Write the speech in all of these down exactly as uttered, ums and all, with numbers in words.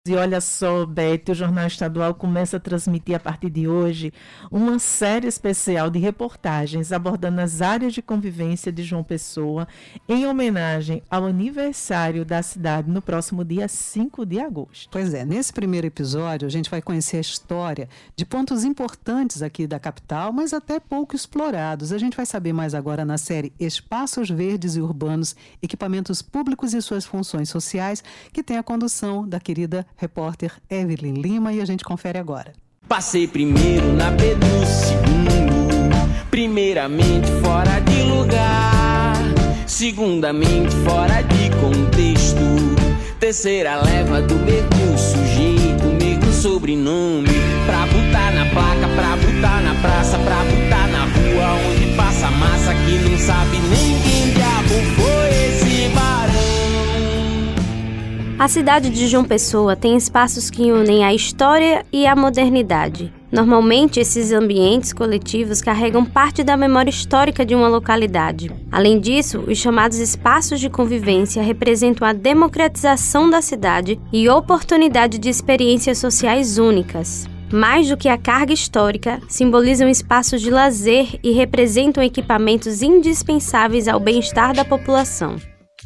E olha só, Beth, o Jornal Estadual começa a transmitir a partir de hoje uma série especial de reportagens abordando as áreas de convivência de João Pessoa em homenagem ao aniversário da cidade no próximo dia cinco de agosto. Pois é, nesse primeiro episódio a gente vai conhecer a história de pontos importantes aqui da capital, mas até pouco explorados. A gente vai saber mais agora na série Espaços Verdes e Urbanos, Equipamentos Públicos e Suas Funções Sociais, que tem a condução da querida repórter Evelyn Lima, e a gente confere agora. Passei primeiro na B do segundo, primeiramente fora de lugar, segundamente fora de contexto, terceira leva do mesmo sujeito, mesmo sobrenome, pra botar na placa, pra botar na praça, pra botar na rua onde passa massa que não sabe nem quem diabo foi esse barão. A cidade de João Pessoa tem espaços que unem a história e a modernidade. Normalmente, esses ambientes coletivos carregam parte da memória histórica de uma localidade. Além disso, os chamados espaços de convivência representam a democratização da cidade e oportunidade de experiências sociais únicas. Mais do que a carga histórica, simbolizam espaços de lazer e representam equipamentos indispensáveis ao bem-estar da população.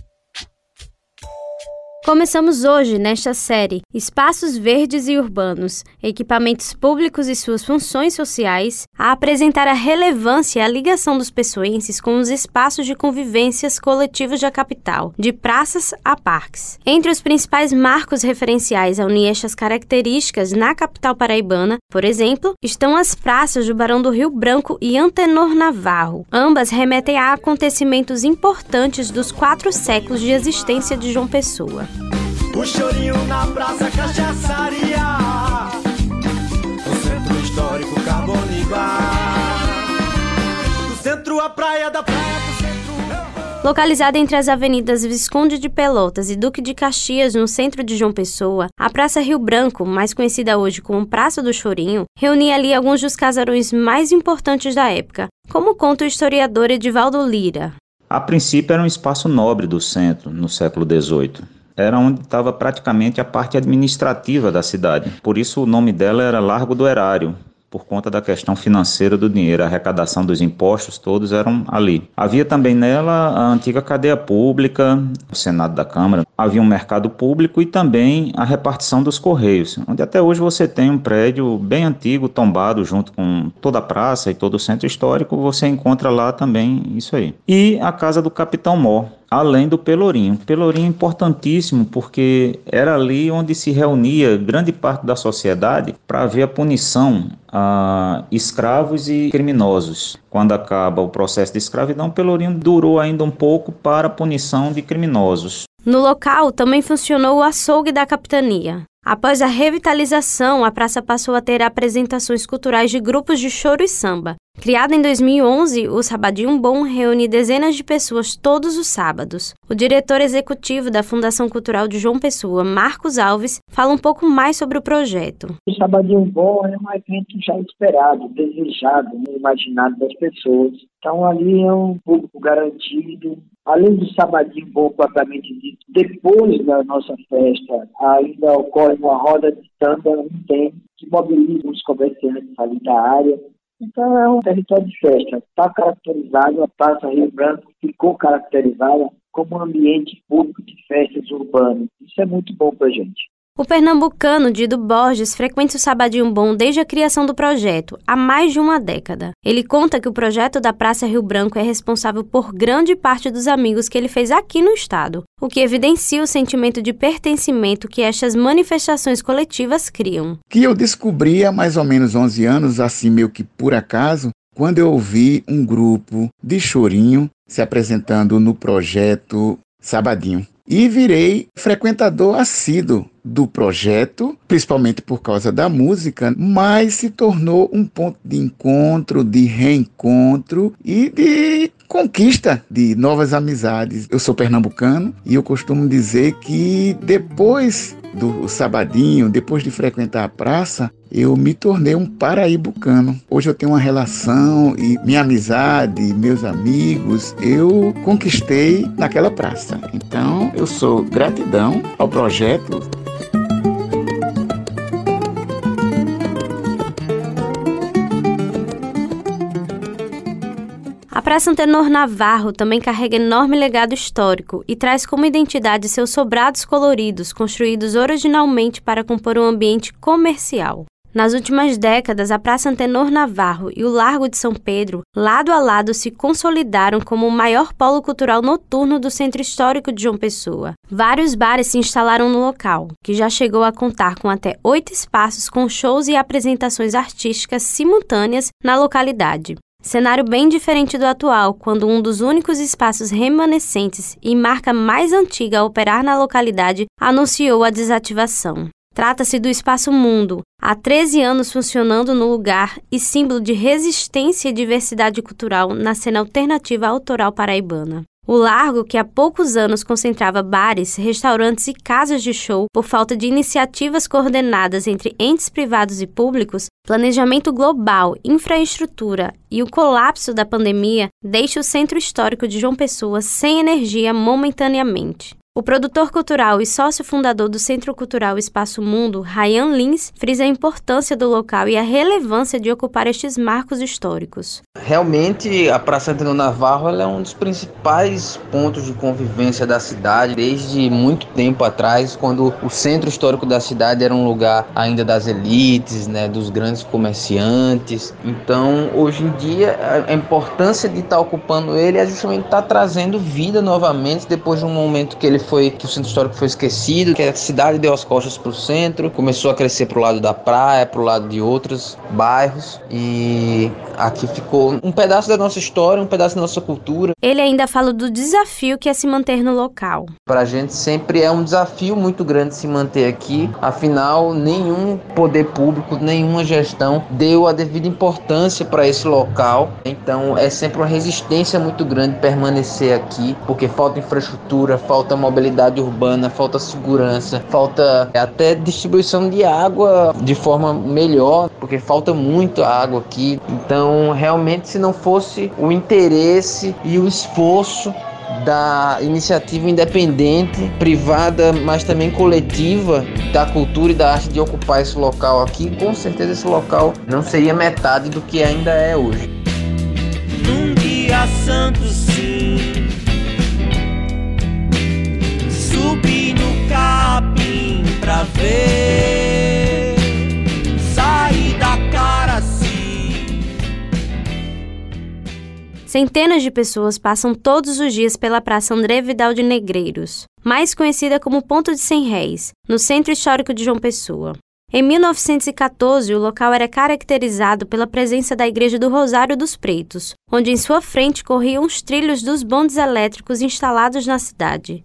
Começamos hoje, nesta série, Espaços Verdes e Urbanos, Equipamentos Públicos e Suas Funções Sociais, a apresentar a relevância e a ligação dos pessoenses com os espaços de convivências coletivos da capital, de praças a parques. Entre os principais marcos referenciais a unir estas características na capital paraibana, por exemplo, estão as praças do Barão do Rio Branco e Antenor Navarro. Ambas remetem a acontecimentos importantes dos quatro séculos de existência de João Pessoa. O chorinho na praça cachaçaria, o centro histórico Carbonibar, do centro a praia, da praia do centro. Localizada entre as avenidas Visconde de Pelotas e Duque de Caxias, no centro de João Pessoa, a Praça Rio Branco, mais conhecida hoje como Praça do Chorinho, reunia ali alguns dos casarões mais importantes da época, como conta o historiador Edivaldo Lira. A princípio era um espaço nobre do centro, no século dezoito. Era onde estava praticamente a parte administrativa da cidade. Por isso o nome dela era Largo do Erário, por conta da questão financeira do dinheiro, a arrecadação dos impostos, todos eram ali. Havia também nela a antiga cadeia pública, o Senado da Câmara, havia um mercado público e também a repartição dos Correios, onde até hoje você tem um prédio bem antigo, tombado, junto com toda a praça e todo o centro histórico, você encontra lá também isso aí. E a casa do Capitão Mó, além do Pelourinho. Pelourinho importantíssimo porque era ali onde se reunia grande parte da sociedade para ver a punição a escravos e criminosos. Quando acaba o processo de escravidão, Pelourinho durou ainda um pouco para a punição de criminosos. No local também funcionou o açougue da capitania. Após a revitalização, a praça passou a ter apresentações culturais de grupos de choro e samba. Criado em dois mil e onze, o Sabadinho Bom reúne dezenas de pessoas todos os sábados. O diretor executivo da Fundação Cultural de João Pessoa, Marcos Alves, fala um pouco mais sobre o projeto. O Sabadinho Bom é um evento já esperado, desejado, no imaginário das pessoas. Então ali é um público garantido. Além do Sabadinho Bom, propriamente dito, depois da nossa festa, ainda ocorre uma roda de samba, um tempo, que mobiliza os comerciantes ali da área. Então é um território de festa. Está caracterizado, a Praça Rio Branco ficou caracterizada como um ambiente público de festas urbanas. Isso é muito bom para a gente. O pernambucano Dido Borges frequenta o Sabadinho Bom desde a criação do projeto, há mais de uma década. Ele conta que o projeto da Praça Rio Branco é responsável por grande parte dos amigos que ele fez aqui no estado, o que evidencia o sentimento de pertencimento que estas manifestações coletivas criam. Que eu descobri há mais ou menos onze anos, assim meio que por acaso, quando eu ouvi um grupo de chorinho se apresentando no projeto Sabadinho. E virei frequentador assíduo do projeto, principalmente por causa da música, mas se tornou um ponto de encontro, de reencontro e de conquista de novas amizades. Eu sou pernambucano e eu costumo dizer que depois do Sabadinho, depois de frequentar a praça, eu me tornei um paraibucano. Hoje eu tenho uma relação e minha amizade, meus amigos, eu conquistei naquela praça. Então, eu sou gratidão ao projeto. Praça Antenor Navarro também carrega enorme legado histórico e traz como identidade seus sobrados coloridos, construídos originalmente para compor um ambiente comercial. Nas últimas décadas, a Praça Antenor Navarro e o Largo de São Pedro, lado a lado, se consolidaram como o maior polo cultural noturno do Centro Histórico de João Pessoa. Vários bares se instalaram no local, que já chegou a contar com até oito espaços com shows e apresentações artísticas simultâneas na localidade. Cenário bem diferente do atual, quando um dos únicos espaços remanescentes e marca mais antiga a operar na localidade anunciou a desativação. Trata-se do Espaço Mundo, há treze anos funcionando no lugar e símbolo de resistência e diversidade cultural na cena alternativa autoral paraibana. O Largo, que há poucos anos concentrava bares, restaurantes e casas de show por falta de iniciativas coordenadas entre entes privados e públicos, planejamento global, infraestrutura e o colapso da pandemia, deixa o Centro Histórico de João Pessoa sem energia momentaneamente. O produtor cultural e sócio fundador do Centro Cultural Espaço Mundo, Ryan Lins, frisa a importância do local e a relevância de ocupar estes marcos históricos. Realmente, a Praça Antenor Navarro ela é um dos principais pontos de convivência da cidade, desde muito tempo atrás, quando o centro histórico da cidade era um lugar ainda das elites, né, dos grandes comerciantes. Então, hoje em dia, a importância de estar ocupando ele é justamente estar trazendo vida novamente, depois de um momento que ele foi que o centro histórico foi esquecido, que a cidade deu as costas para o centro, começou a crescer para o lado da praia, para o lado de outros bairros, e aqui ficou um pedaço da nossa história, um pedaço da nossa cultura. Ele ainda fala do desafio que é se manter no local. Para a gente sempre é um desafio muito grande se manter aqui, afinal nenhum poder público, nenhuma gestão deu a devida importância para esse local, então é sempre uma resistência muito grande permanecer aqui, porque falta infraestrutura, falta mobilidade urbana, falta segurança, falta até distribuição de água de forma melhor, porque falta muito água aqui. Então, realmente, se não fosse o interesse e o esforço da iniciativa independente, privada, mas também coletiva da cultura e da arte de ocupar esse local aqui, com certeza esse local não seria metade do que ainda é hoje. Num dia santo, sim, subi no capim pra ver, saí da cara assim. Centenas de pessoas passam todos os dias pela Praça André Vidal de Negreiros, mais conhecida como Ponto de Cem Réis, no Centro Histórico de João Pessoa. Em mil novecentos e catorze, o local era caracterizado pela presença da Igreja do Rosário dos Pretos, onde em sua frente corriam os trilhos dos bondes elétricos instalados na cidade.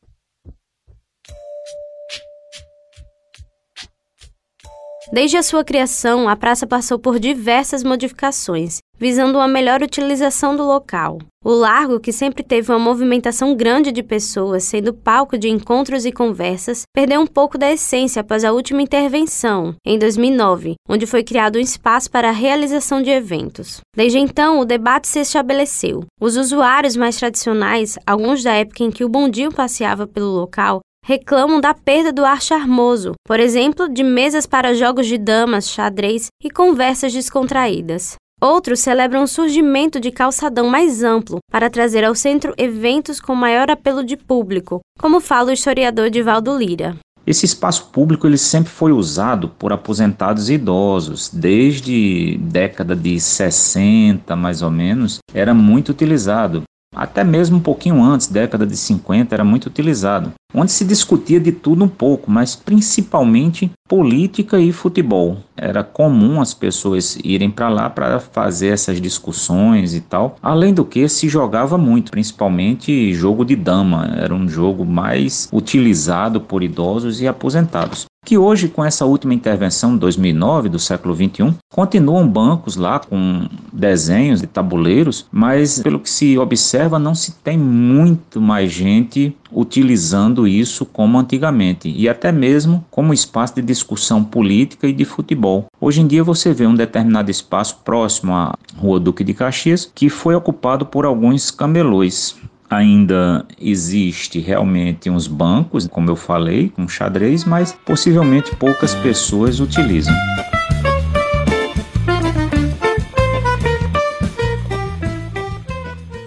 Desde a sua criação, a praça passou por diversas modificações, visando uma melhor utilização do local. O Largo, que sempre teve uma movimentação grande de pessoas, sendo palco de encontros e conversas, perdeu um pouco da essência após a última intervenção, em dois mil e nove, onde foi criado um espaço para a realização de eventos. Desde então, o debate se estabeleceu. Os usuários mais tradicionais, alguns da época em que o bondinho passeava pelo local, reclamam da perda do ar charmoso, por exemplo, de mesas para jogos de damas, xadrez e conversas descontraídas. Outros celebram o surgimento de calçadão mais amplo para trazer ao centro eventos com maior apelo de público, como fala o historiador Divaldo Lira. Esse espaço público ele sempre foi usado por aposentados e idosos. Desde década de sessenta, mais ou menos, era muito utilizado. Até mesmo um pouquinho antes, década de cinquenta, era muito utilizado, onde se discutia de tudo um pouco, mas principalmente política e futebol. Era comum as pessoas irem para lá para fazer essas discussões e tal. Além do que, se jogava muito, principalmente jogo de dama. Era um jogo mais utilizado por idosos e aposentados. Que hoje, com essa última intervenção de dois mil e nove, do século vinte e um, continuam bancos lá com desenhos de tabuleiros, mas pelo que se observa, não se tem muito mais gente utilizando isso como antigamente, e até mesmo como espaço de discussão política e de futebol. Hoje em dia você vê um determinado espaço próximo à Rua Duque de Caxias, que foi ocupado por alguns camelôs. Ainda existe realmente uns bancos, como eu falei, com xadrez, mas possivelmente poucas pessoas utilizam.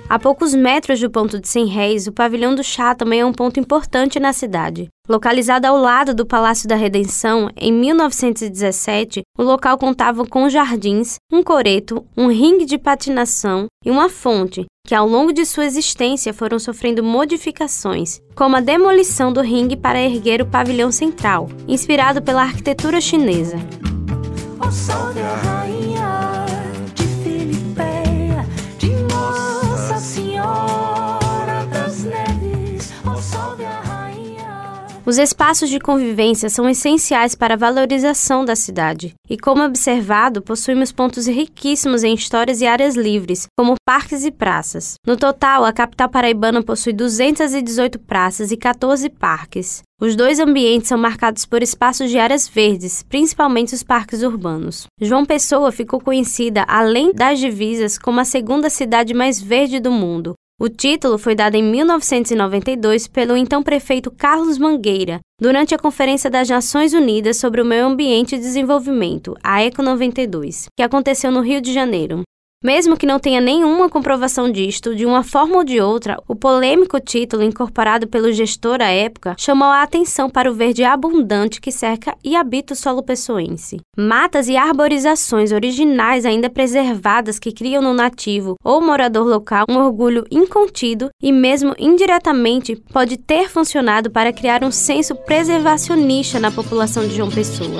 A poucos metros do ponto de Cem Réis, o Pavilhão do Chá também é um ponto importante na cidade. Localizado ao lado do Palácio da Redenção, em mil novecentos e dezessete, o local contava com jardins, um coreto, um ringue de patinação e uma fonte, que ao longo de sua existência foram sofrendo modificações, como a demolição do ringue para erguer o pavilhão central, inspirado pela arquitetura chinesa. Oh, salve a rainha de Filipeia, de Nossa Senhora das Neves, oh, salve a rainha. Os espaços de convivência são essenciais para a valorização da cidade e, como observado, possuímos pontos riquíssimos em histórias e áreas livres, como parques e praças. No total, a capital paraibana possui duzentas e dezoito praças e quatorze parques. Os dois ambientes são marcados por espaços de áreas verdes, principalmente os parques urbanos. João Pessoa ficou conhecida, além das divisas, como a segunda cidade mais verde do mundo. O título foi dado em mil novecentos e noventa e dois pelo então prefeito Carlos Mangueira, durante a Conferência das Nações Unidas sobre o Meio Ambiente e Desenvolvimento, a ECO noventa e dois, que aconteceu no Rio de Janeiro. Mesmo que não tenha nenhuma comprovação disto, de uma forma ou de outra, o polêmico título incorporado pelo gestor à época chamou a atenção para o verde abundante que cerca e habita o solo pessoense. Matas e arborizações originais ainda preservadas que criam no nativo ou morador local um orgulho incontido e mesmo indiretamente pode ter funcionado para criar um senso preservacionista na população de João Pessoa.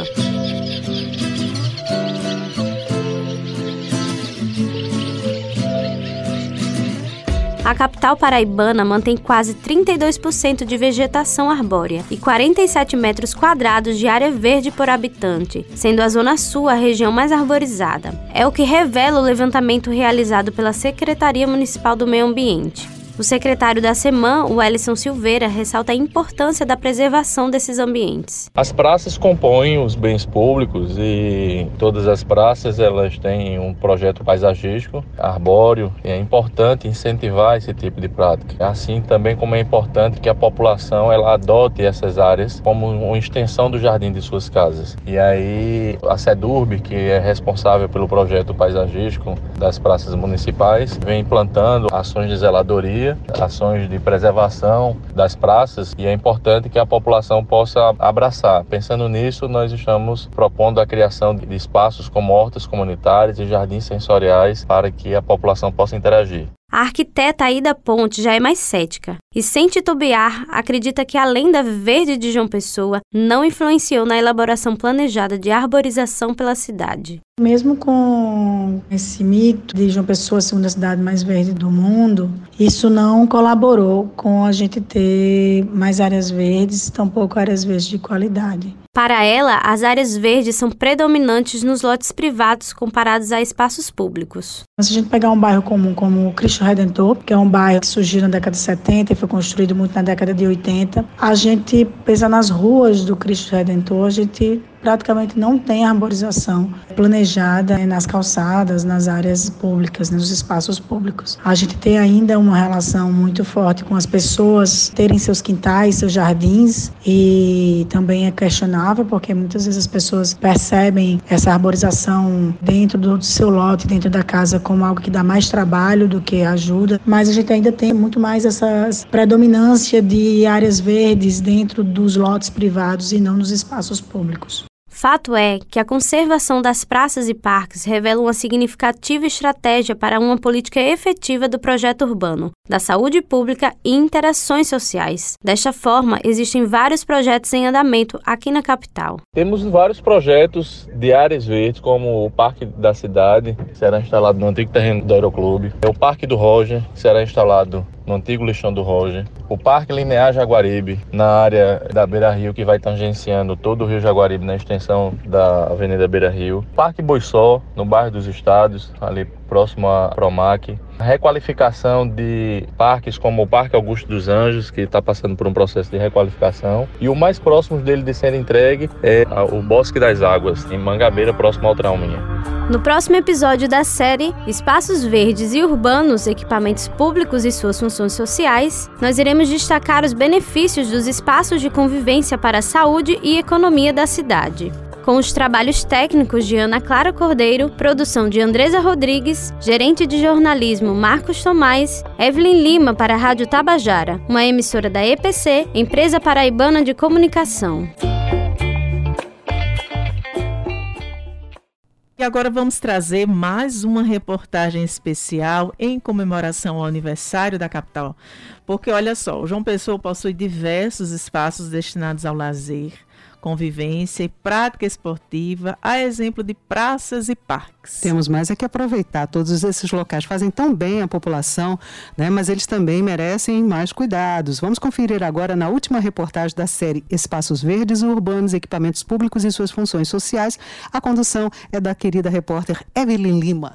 A capital paraibana mantém quase trinta e dois por cento de vegetação arbórea e quarenta e sete metros quadrados de área verde por habitante, sendo a Zona Sul a região mais arborizada. É o que revela o levantamento realizado pela Secretaria Municipal do Meio Ambiente. O secretário da SEMAN, o Ellison Silveira, ressalta a importância da preservação desses ambientes. As praças compõem os bens públicos e todas as praças elas têm um projeto paisagístico, arbóreo, e é importante incentivar esse tipo de prática. Assim também como é importante que a população ela adote essas áreas como uma extensão do jardim de suas casas. E aí a SEDURB, que é responsável pelo projeto paisagístico das praças municipais, vem implantando ações de zeladoria, ações de preservação das praças, e é importante que a população possa abraçar. Pensando nisso, nós estamos propondo a criação de espaços como hortas comunitárias e jardins sensoriais para que a população possa interagir. A arquiteta Aida Ponte já é mais cética e, sem titubear, acredita que a lenda verde de João Pessoa não influenciou na elaboração planejada de arborização pela cidade. Mesmo com esse mito de João Pessoa ser uma cidade mais verde do mundo, isso não colaborou com a gente ter mais áreas verdes, tampouco áreas verdes de qualidade. Para ela, as áreas verdes são predominantes nos lotes privados comparados a espaços públicos. Se a gente pegar um bairro comum como o Cristo Redentor, que é um bairro que surgiu na década de setenta e foi construído muito na década de oitenta, a gente pensa nas ruas do Cristo Redentor, a gente praticamente não tem arborização planejada nas calçadas, nas áreas públicas, nos espaços públicos. A gente tem ainda uma relação muito forte com as pessoas terem seus quintais, seus jardins, e também é questionável porque muitas vezes as pessoas percebem essa arborização dentro do seu lote, dentro da casa, como algo que dá mais trabalho do que ajuda, mas a gente ainda tem muito mais essa predominância de áreas verdes dentro dos lotes privados e não nos espaços públicos. Fato é que a conservação das praças e parques revela uma significativa estratégia para uma política efetiva do projeto urbano, da saúde pública e interações sociais. Desta forma, existem vários projetos em andamento aqui na capital. Temos vários projetos de áreas verdes, como o Parque da Cidade, que será instalado no antigo terreno do Aeroclube, o Parque do Roger, que será instalado no antigo lixão do Roger, o Parque Linear Jaguaribe, na área da Beira Rio, que vai tangenciando todo o Rio Jaguaribe na extensão da Avenida Beira Rio, Parque Boiçó, no bairro dos Estados, ali próximo à Promac, a requalificação de parques como o Parque Augusto dos Anjos, que está passando por um processo de requalificação, e o mais próximo dele de ser entregue é o Bosque das Águas, em Mangabeira, próximo ao Trauminha. No próximo episódio da série Espaços Verdes e Urbanos, Equipamentos Públicos e Suas Funções Sociais, nós iremos destacar os benefícios dos espaços de convivência para a saúde e economia da cidade. com os trabalhos técnicos de Ana Clara Cordeiro, produção de Andresa Rodrigues, gerente de jornalismo Marcos Tomás, Evelyn Lima para a Rádio Tabajara, uma emissora da E P C, Empresa Paraibana de Comunicação. E agora vamos trazer mais uma reportagem especial em comemoração ao aniversário da capital. Porque, olha só, o João Pessoa possui diversos espaços destinados ao lazer, convivência e prática esportiva, a exemplo de praças e parques. Temos mais é que aproveitar. Todos esses locais fazem tão bem a população, né? Mas eles também merecem mais cuidados. Vamos conferir agora na última reportagem da série Espaços Verdes e Urbanos, Equipamentos Públicos e Suas Funções Sociais. A condução é da querida repórter Evelyn Lima.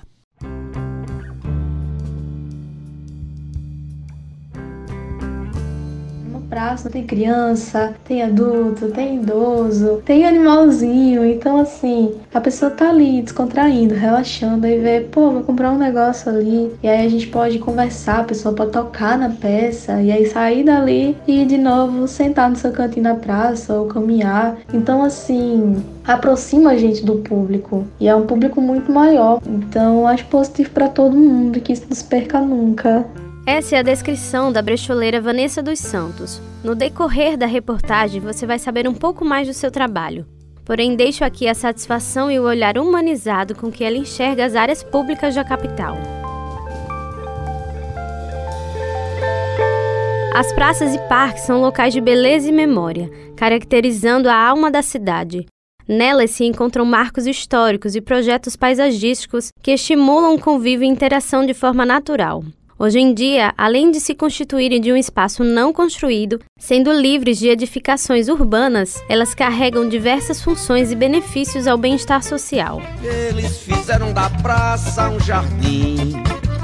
Praça tem criança, tem adulto, tem idoso, tem animalzinho, então assim, a pessoa tá ali descontraindo, relaxando, aí vê, pô, vou comprar um negócio ali, e aí a gente pode conversar, a pessoa pode tocar na peça, e aí sair dali e de novo sentar no seu cantinho na praça ou caminhar, então assim, aproxima a gente do público, e é um público muito maior, então acho positivo para todo mundo, que isso não se perca nunca. Essa é a descrição da brecholeira Vanessa dos Santos. No decorrer da reportagem, você vai saber um pouco mais do seu trabalho. Porém, deixo aqui a satisfação e o olhar humanizado com que ela enxerga as áreas públicas da capital. As praças e parques são locais de beleza e memória, caracterizando a alma da cidade. Nelas se encontram marcos históricos e projetos paisagísticos que estimulam o convívio e interação de forma natural. Hoje em dia, além de se constituírem de um espaço não construído, sendo livres de edificações urbanas, elas carregam diversas funções e benefícios ao bem-estar social. Eles fizeram da praça um jardim,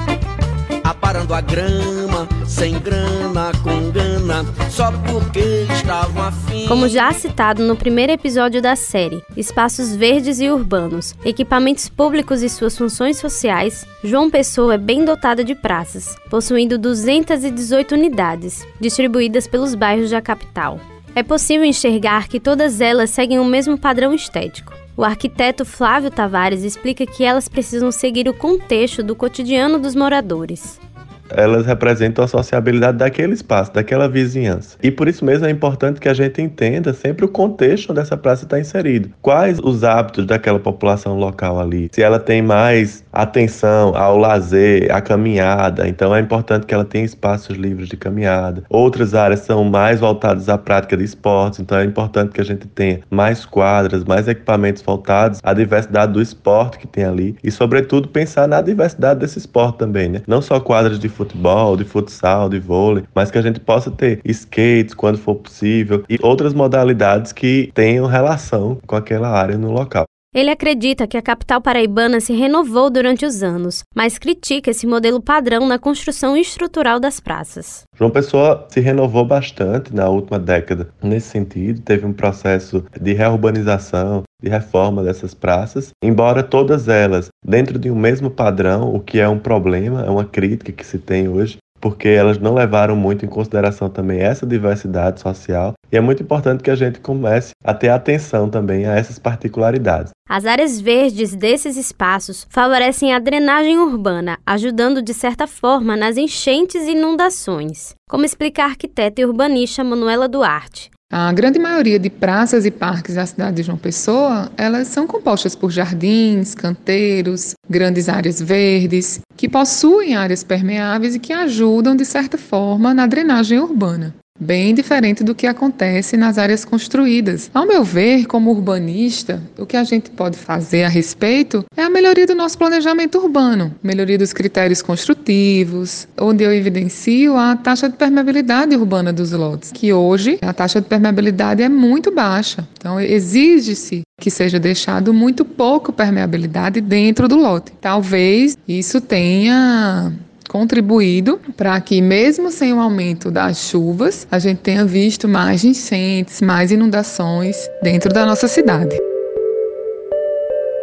aparando a grama, sem grana, com gana, só porque estavam afim. Como já citado no primeiro episódio da série, Espaços Verdes e Urbanos, Equipamentos Públicos e Suas Funções Sociais, João Pessoa é bem dotada de praças, possuindo duzentas e dezoito unidades, distribuídas pelos bairros da capital. É possível enxergar que todas elas seguem o mesmo padrão estético. O arquiteto Flávio Tavares explica que elas precisam seguir o contexto do cotidiano dos moradores. Elas representam a sociabilidade daquele espaço, daquela vizinhança. E por isso mesmo é importante que a gente entenda sempre o contexto onde essa praça está inserida. Quais os hábitos daquela população local ali. Se ela tem mais atenção ao lazer, à caminhada, então é importante que ela tenha espaços livres de caminhada. Outras áreas são mais voltadas à prática de esportes, então é importante que a gente tenha mais quadras, mais equipamentos voltados à diversidade do esporte que tem ali. E, sobretudo, pensar na diversidade desse esporte também, né? Não só quadras de futebol, de futsal, de vôlei, mas que a gente possa ter skates quando for possível e outras modalidades que tenham relação com aquela área no local. Ele acredita que a capital paraibana se renovou durante os anos, mas critica esse modelo padrão na construção estrutural das praças. João Pessoa se renovou bastante na última década. Nesse sentido, teve um processo de reurbanização, de reforma dessas praças, embora todas elas dentro de um mesmo padrão, o que é um problema, é uma crítica que se tem hoje, porque elas não levaram muito em consideração também essa diversidade social, e é muito importante que a gente comece a ter atenção também a essas particularidades. As áreas verdes desses espaços favorecem a drenagem urbana, ajudando de certa forma nas enchentes e inundações, como explica a arquiteta e urbanista Manuela Duarte. A grande maioria de praças e parques da cidade de João Pessoa, elas são compostas por jardins, canteiros, grandes áreas verdes, que possuem áreas permeáveis e que ajudam, de certa forma, na drenagem urbana. Bem diferente do que acontece nas áreas construídas. Ao meu ver, como urbanista, o que a gente pode fazer a respeito é a melhoria do nosso planejamento urbano, melhoria dos critérios construtivos, onde eu evidencio a taxa de permeabilidade urbana dos lotes, que hoje a taxa de permeabilidade é muito baixa. Então, exige-se que seja deixado muito pouco permeabilidade dentro do lote. Talvez isso tenha contribuído para que, mesmo sem o aumento das chuvas, a gente tenha visto mais enchentes, mais inundações dentro da nossa cidade.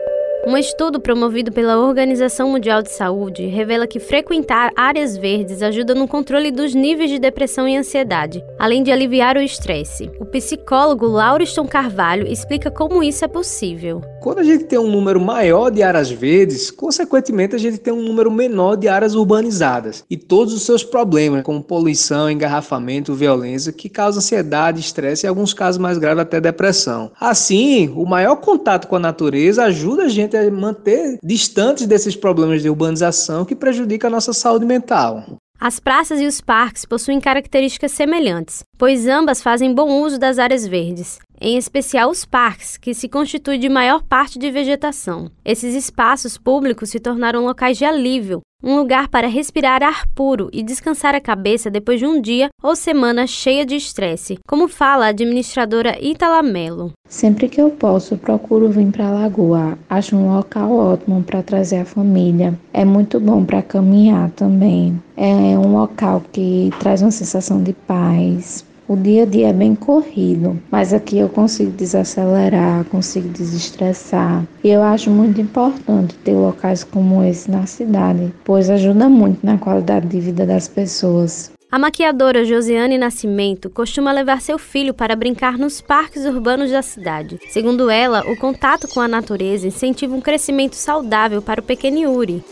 Um estudo promovido pela Organização Mundial de Saúde revela que frequentar áreas verdes ajuda no controle dos níveis de depressão e ansiedade, além de aliviar o estresse. O psicólogo Lauriston Carvalho explica como isso é possível. Quando a gente tem um número maior de áreas verdes, consequentemente a gente tem um número menor de áreas urbanizadas e todos os seus problemas, como poluição, engarrafamento, violência, que causam ansiedade, estresse e, em alguns casos mais graves, até depressão. Assim, o maior contato com a natureza ajuda a gente a manter distantes desses problemas de urbanização que prejudicam a nossa saúde mental. As praças e os parques possuem características semelhantes, pois ambas fazem bom uso das áreas verdes, em especial os parques, que se constituem de maior parte de vegetação. Esses espaços públicos se tornaram locais de alívio, um lugar para respirar ar puro e descansar a cabeça depois de um dia ou semana cheia de estresse, como fala a administradora Ítala Mello. Sempre que eu posso, procuro vir para a lagoa. Acho um local ótimo para trazer a família. É muito bom para caminhar também. É um local que traz uma sensação de paz. O dia a dia é bem corrido, mas aqui eu consigo desacelerar, consigo desestressar. E eu acho muito importante ter locais como esse na cidade, pois ajuda muito na qualidade de vida das pessoas. A maquiadora Josiane Nascimento costuma levar seu filho para brincar nos parques urbanos da cidade. Segundo ela, o contato com a natureza incentiva um crescimento saudável para o pequeno Yuri.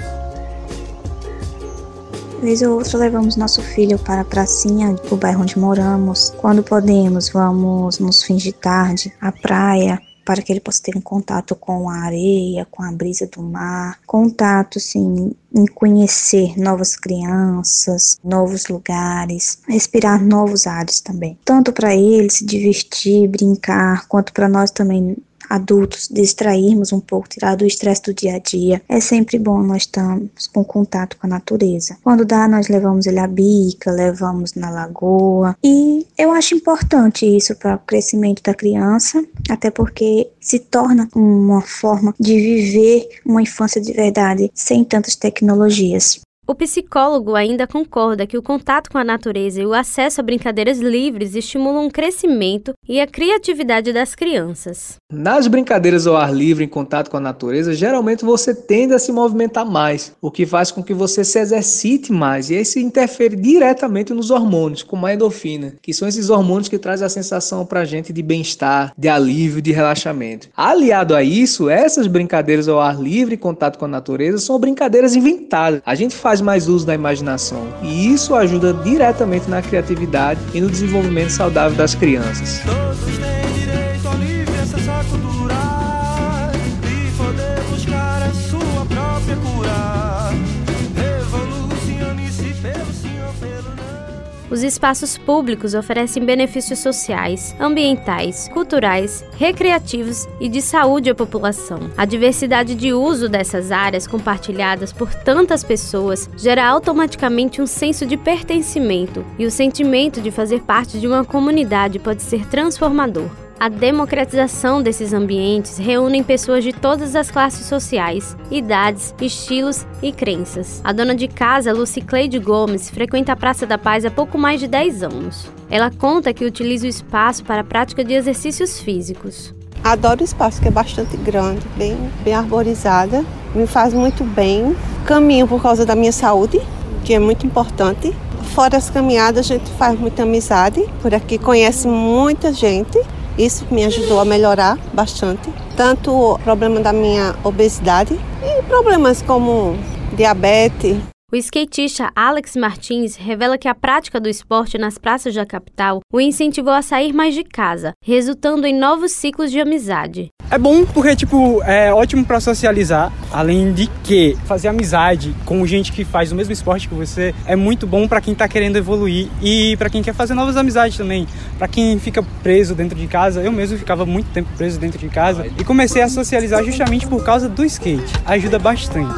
Vez ou outra levamos nosso filho para a pracinha do bairro onde moramos. Quando podemos, vamos nos fins de tarde à praia, para que ele possa ter um contato com a areia, com a brisa do mar, contato, sim, em conhecer novas crianças, novos lugares, respirar novos ares também. Tanto para ele se divertir, brincar, quanto para nós também, adultos, distrairmos um pouco, tirar do estresse do dia a dia. É sempre bom nós estarmos com contato com a natureza. Quando dá, nós levamos ele à bica, levamos na lagoa. E eu acho importante isso para o crescimento da criança, até porque se torna uma forma de viver uma infância de verdade, sem tantas tecnologias. O psicólogo ainda concorda que o contato com a natureza e o acesso a brincadeiras livres estimulam o crescimento e a criatividade das crianças. Nas brincadeiras ao ar livre em contato com a natureza, geralmente você tende a se movimentar mais, o que faz com que você se exercite mais, e isso interfere diretamente nos hormônios, como a endorfina, que são esses hormônios que trazem a sensação pra gente de bem-estar, de alívio, de relaxamento. Aliado a isso, essas brincadeiras ao ar livre em contato com a natureza são brincadeiras inventadas. A gente faz mais uso da imaginação, e isso ajuda diretamente na criatividade e no desenvolvimento saudável das crianças. Todos têm direito ao livre acesso cultural e poder buscar a sua própria cura. Revolucione-se pelo sim ou pelo não. Os espaços públicos oferecem benefícios sociais, ambientais, culturais, recreativos e de saúde à população. A diversidade de uso dessas áreas compartilhadas por tantas pessoas gera automaticamente um senso de pertencimento, e o sentimento de fazer parte de uma comunidade pode ser transformador. A democratização desses ambientes reúne pessoas de todas as classes sociais, idades, estilos e crenças. A dona de casa, Lucicleide Gomes, frequenta a Praça da Paz há pouco mais de dez anos. Ela conta que utiliza o espaço para a prática de exercícios físicos. Adoro o espaço, que é bastante grande, bem, bem arborizada, me faz muito bem. Caminho por causa da minha saúde, que é muito importante. Fora as caminhadas, a gente faz muita amizade. Por aqui conhece muita gente. Isso me ajudou a melhorar bastante, tanto o problema da minha obesidade e problemas como diabetes. O skatista Alex Martins revela que a prática do esporte nas praças da capital o incentivou a sair mais de casa, resultando em novos ciclos de amizade. É bom porque, tipo, é ótimo para socializar, além de que fazer amizade com gente que faz o mesmo esporte que você é muito bom para quem tá querendo evoluir e para quem quer fazer novas amizades também. Para quem fica preso dentro de casa, eu mesmo ficava muito tempo preso dentro de casa e comecei a socializar justamente por causa do skate. Ajuda bastante.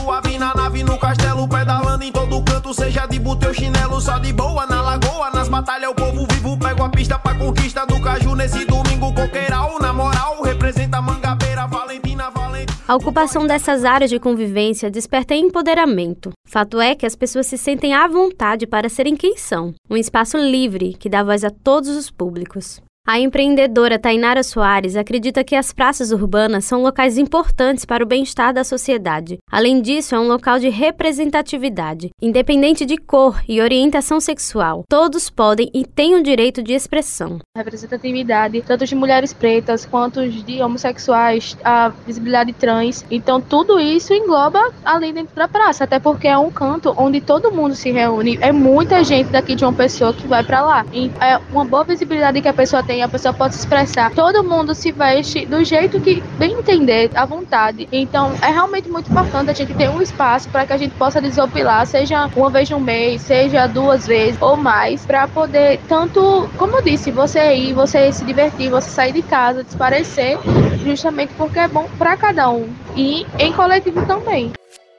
Pedalando em todo canto, seja de boteu chinelo, só de boa na lagoa, nas batalhas o povo vivo pega a pista pra conquista do Caju nesse domingo coqueiral, na moral, representa Mangabeira, Valentina, Valentina. A ocupação dessas áreas de convivência desperta empoderamento. Fato é que as pessoas se sentem à vontade para serem quem são, um espaço livre que dá voz a todos os públicos. A empreendedora Tainara Soares acredita que as praças urbanas são locais importantes para o bem-estar da sociedade. Além disso, é um local de representatividade, independente de cor e orientação sexual. Todos podem e têm o direito de expressão. Representatividade, tanto de mulheres pretas quanto de homossexuais, a visibilidade trans. Então, tudo isso engloba ali dentro da praça, até porque é um canto onde todo mundo se reúne. É muita gente daqui de uma pessoa que vai para lá. E é uma boa visibilidade que a pessoa tem, a pessoa pode se expressar. Todo mundo se veste do jeito que bem entender, à vontade. Então, é realmente muito importante a gente ter um espaço para que a gente possa desopilar, seja uma vez no mês, seja duas vezes ou mais, para poder tanto, como eu disse, você ir, você se divertir, você sair de casa, desaparecer, justamente porque é bom para cada um e em coletivo também.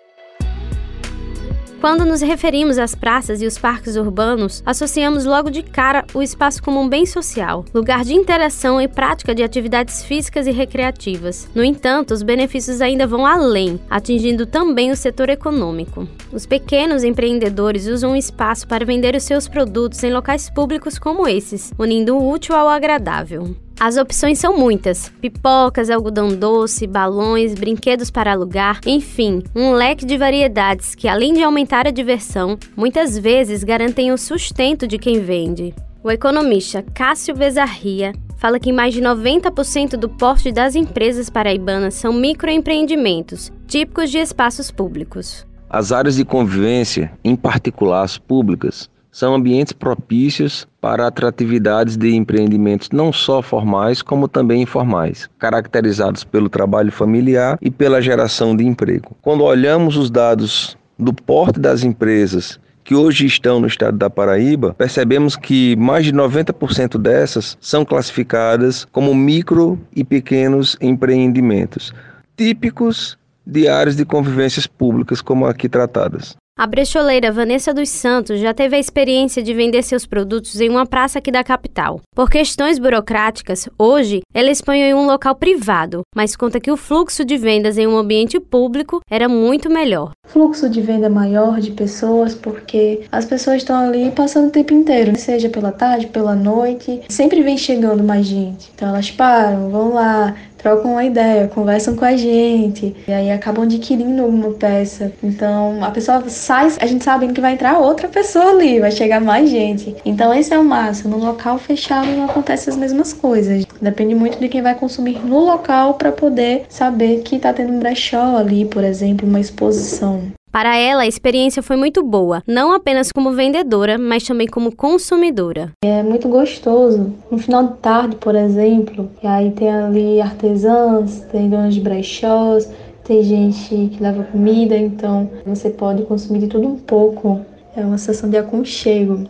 Quando nos referimos às praças e os parques urbanos, associamos logo de cara o espaço como um bem social, lugar de interação e prática de atividades físicas e recreativas. No entanto, os benefícios ainda vão além, atingindo também o setor econômico. Os pequenos empreendedores usam o espaço para vender os seus produtos em locais públicos como esses, unindo o útil ao agradável. As opções são muitas: pipocas, algodão doce, balões, brinquedos para alugar, enfim, um leque de variedades que, além de aumentar a diversão, muitas vezes garantem o sustento de quem vende. O economista Cássio Bezarria fala que mais de noventa por cento do porte das empresas paraibanas são microempreendimentos, típicos de espaços públicos. As áreas de convivência, em particular as públicas, são ambientes propícios para atratividades de empreendimentos não só formais, como também informais, caracterizados pelo trabalho familiar e pela geração de emprego. Quando olhamos os dados do porte das empresas que hoje estão no estado da Paraíba, percebemos que mais de noventa por cento dessas são classificadas como micro e pequenos empreendimentos, típicos de áreas de convivências públicas como aqui tratadas. A brecholeira Vanessa dos Santos já teve a experiência de vender seus produtos em uma praça aqui da capital. Por questões burocráticas, hoje ela expõe em um local privado, mas conta que o fluxo de vendas em um ambiente público era muito melhor. Fluxo de venda maior de pessoas, porque as pessoas estão ali passando o tempo inteiro, seja pela tarde, pela noite, sempre vem chegando mais gente. Então elas param, vão lá, trocam uma ideia, conversam com a gente, e aí acabam adquirindo alguma peça. Então a pessoa sai, a gente sabe que vai entrar outra pessoa ali, vai chegar mais gente. Então esse é o máximo. No local fechado não acontece as mesmas coisas. Depende muito de quem vai consumir no local para poder saber que está tendo um brechó ali, por exemplo, uma exposição. Para ela, a experiência foi muito boa, não apenas como vendedora, mas também como consumidora. É muito gostoso. No final de tarde, por exemplo, e aí tem ali artesãs, tem donas de brechós, tem gente que leva comida, então você pode consumir de tudo um pouco. É uma sensação de aconchego.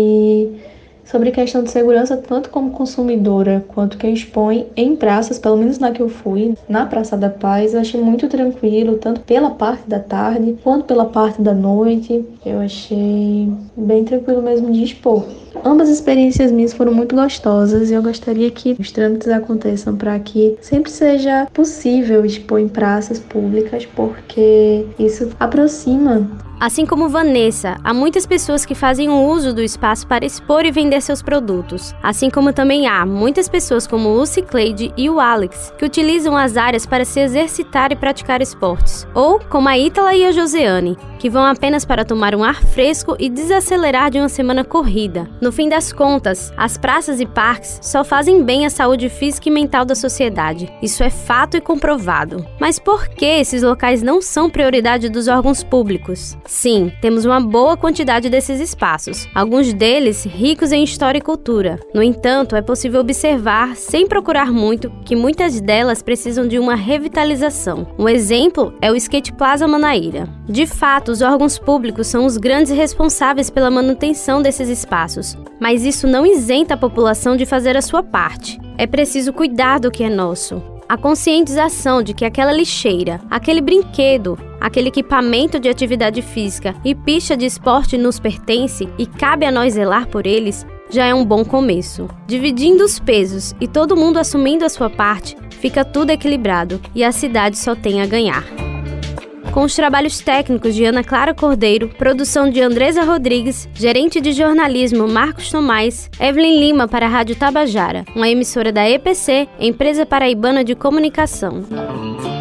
E sobre questão de segurança, tanto como consumidora quanto quem expõe em praças, pelo menos na que eu fui, na Praça da Paz, eu achei muito tranquilo, tanto pela parte da tarde quanto pela parte da noite. Eu achei bem tranquilo mesmo de expor. Ambas as experiências minhas foram muito gostosas e eu gostaria que os trâmites aconteçam para que sempre seja possível expor em praças públicas, porque isso aproxima. Assim como Vanessa, há muitas pessoas que fazem o uso do espaço para expor e vender seus produtos. Assim como também há muitas pessoas como o Cicleide e o Alex, que utilizam as áreas para se exercitar e praticar esportes. Ou como a Ítala e a Josiane, que vão apenas para tomar um ar fresco e desacelerar de uma semana corrida. No fim das contas, as praças e parques só fazem bem à saúde física e mental da sociedade. Isso é fato e comprovado. Mas por que esses locais não são prioridade dos órgãos públicos? Sim, temos uma boa quantidade desses espaços, alguns deles ricos em história e cultura. No entanto, é possível observar, sem procurar muito, que muitas delas precisam de uma revitalização. Um exemplo é o Skate Plaza Manaíra. De fato, os órgãos públicos são os grandes responsáveis pela manutenção desses espaços, mas isso não isenta a população de fazer a sua parte. É preciso cuidar do que é nosso. A conscientização de que aquela lixeira, aquele brinquedo, aquele equipamento de atividade física e pista de esporte nos pertence e cabe a nós zelar por eles, já é um bom começo. Dividindo os pesos e todo mundo assumindo a sua parte, fica tudo equilibrado e a cidade só tem a ganhar. com os trabalhos técnicos de Ana Clara Cordeiro, produção de Andresa Rodrigues, gerente de jornalismo Marcos Tomás, Evelyn Lima para a Rádio Tabajara, uma emissora da E P C, Empresa Paraibana de Comunicação.